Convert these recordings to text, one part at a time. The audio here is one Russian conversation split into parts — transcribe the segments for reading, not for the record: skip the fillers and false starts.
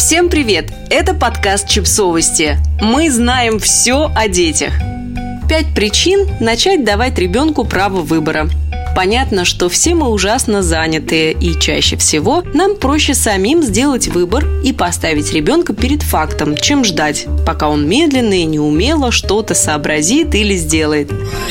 Всем привет! Это подкаст «Чипсовости». Мы знаем все о детях. 5 причин начать давать ребенку право выбора. Понятно, что все мы ужасно занятые, и чаще всего нам проще самим сделать выбор и поставить ребенка перед фактом, чем ждать, пока он медленно и неумело что-то сообразит или сделает.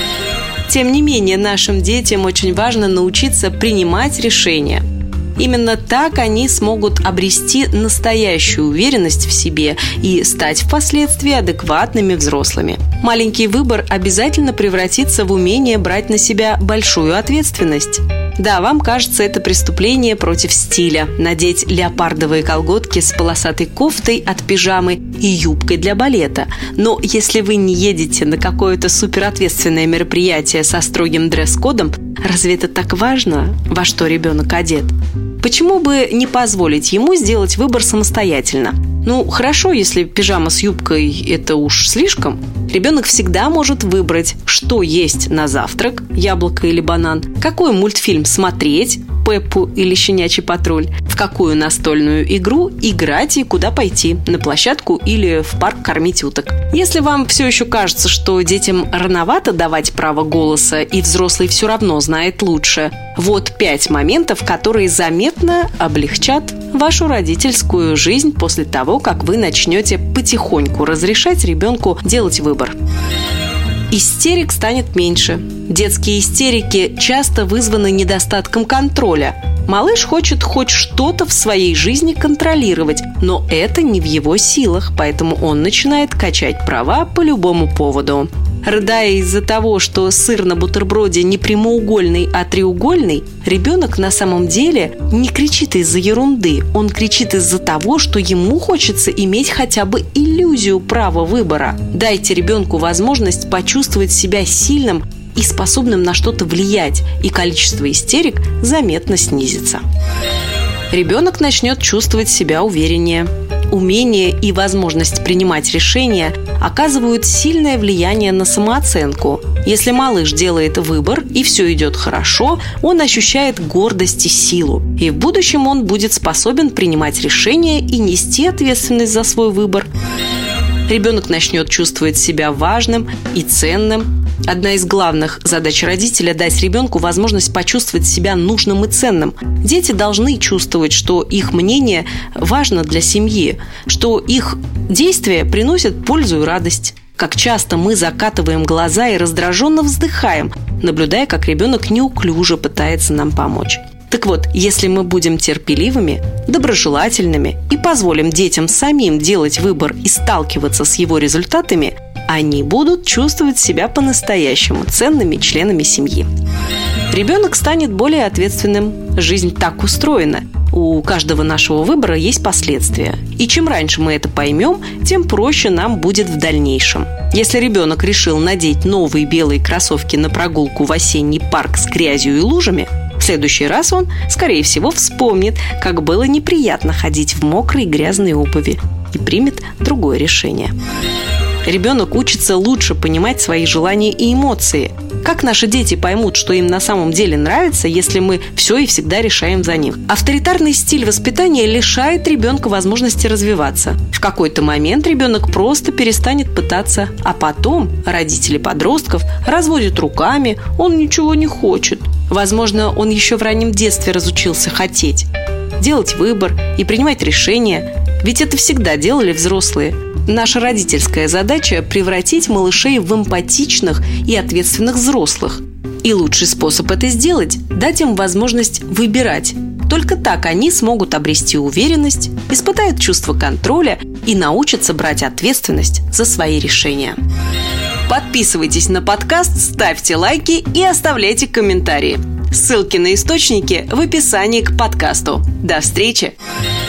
Тем не менее, нашим детям очень важно научиться принимать решения. Именно так они смогут обрести настоящую уверенность в себе и стать впоследствии адекватными взрослыми. Маленький выбор обязательно превратится в умение брать на себя большую ответственность. Да, вам кажется, это преступление против стиля – надеть леопардовые колготки с полосатой кофтой от пижамы и юбкой для балета. Но если вы не едете на какое-то суперответственное мероприятие со строгим дресс-кодом, разве это так важно, во что ребенок одет? Почему бы не позволить ему сделать выбор самостоятельно? Хорошо, если пижама с юбкой – это уж слишком. Ребенок всегда может выбрать, что есть на завтрак – яблоко или банан, какой мультфильм смотреть – Пеппу или Щенячий патруль, в какую настольную игру играть и куда пойти – на площадку или в парк кормить уток. Если вам все еще кажется, что детям рановато давать право голоса и взрослый все равно знает лучше, вот 5 моментов, которые заметно облегчат вашу родительскую жизнь после того, как вы начнете потихоньку разрешать ребенку делать выбор. Истерик станет меньше. Детские истерики часто вызваны недостатком контроля. Малыш хочет хоть что-то в своей жизни контролировать, но это не в его силах, поэтому он начинает качать права по любому поводу. Рыдая из-за того, что сыр на бутерброде не прямоугольный, а треугольный, ребенок на самом деле не кричит из-за ерунды. Он кричит из-за того, что ему хочется иметь хотя бы иллюзию права выбора. Дайте ребенку возможность почувствовать себя сильным и способным на что-то влиять, и количество истерик заметно снизится. Ребенок начнет чувствовать себя увереннее. Умение и возможность принимать решения оказывают сильное влияние на самооценку. Если малыш делает выбор и все идет хорошо, он ощущает гордость и силу. И в будущем он будет способен принимать решения и нести ответственность за свой выбор. Ребенок начнет чувствовать себя важным и ценным. Одна из главных задач родителя – дать ребенку возможность почувствовать себя нужным и ценным. Дети должны чувствовать, что их мнение важно для семьи, что их действия приносят пользу и радость. Как часто мы закатываем глаза и раздраженно вздыхаем, наблюдая, как ребенок неуклюже пытается нам помочь. Так вот, если мы будем терпеливыми, доброжелательными и позволим детям самим делать выбор и сталкиваться с его результатами, они будут чувствовать себя по-настоящему ценными членами семьи. Ребенок станет более ответственным. Жизнь так устроена. У каждого нашего выбора есть последствия. И чем раньше мы это поймем, тем проще нам будет в дальнейшем. Если ребенок решил надеть новые белые кроссовки на прогулку в осенний парк с грязью и лужами, в следующий раз он, скорее всего, вспомнит, как было неприятно ходить в мокрой и грязной обуви, и примет другое решение. Ребенок учится лучше понимать свои желания и эмоции. Как наши дети поймут, что им на самом деле нравится, если мы все и всегда решаем за них? Авторитарный стиль воспитания лишает ребенка возможности развиваться. В какой-то момент ребенок просто перестанет пытаться, а потом родители подростков разводят руками, он ничего не хочет. Возможно, он еще в раннем детстве разучился хотеть, делать выбор и принимать решения, ведь это всегда делали взрослые. Наша родительская задача – превратить малышей в эмпатичных и ответственных взрослых. И лучший способ это сделать – дать им возможность выбирать. Только так они смогут обрести уверенность, испытают чувство контроля и научатся брать ответственность за свои решения. Подписывайтесь на подкаст, ставьте лайки и оставляйте комментарии. Ссылки на источники в описании к подкасту. До встречи!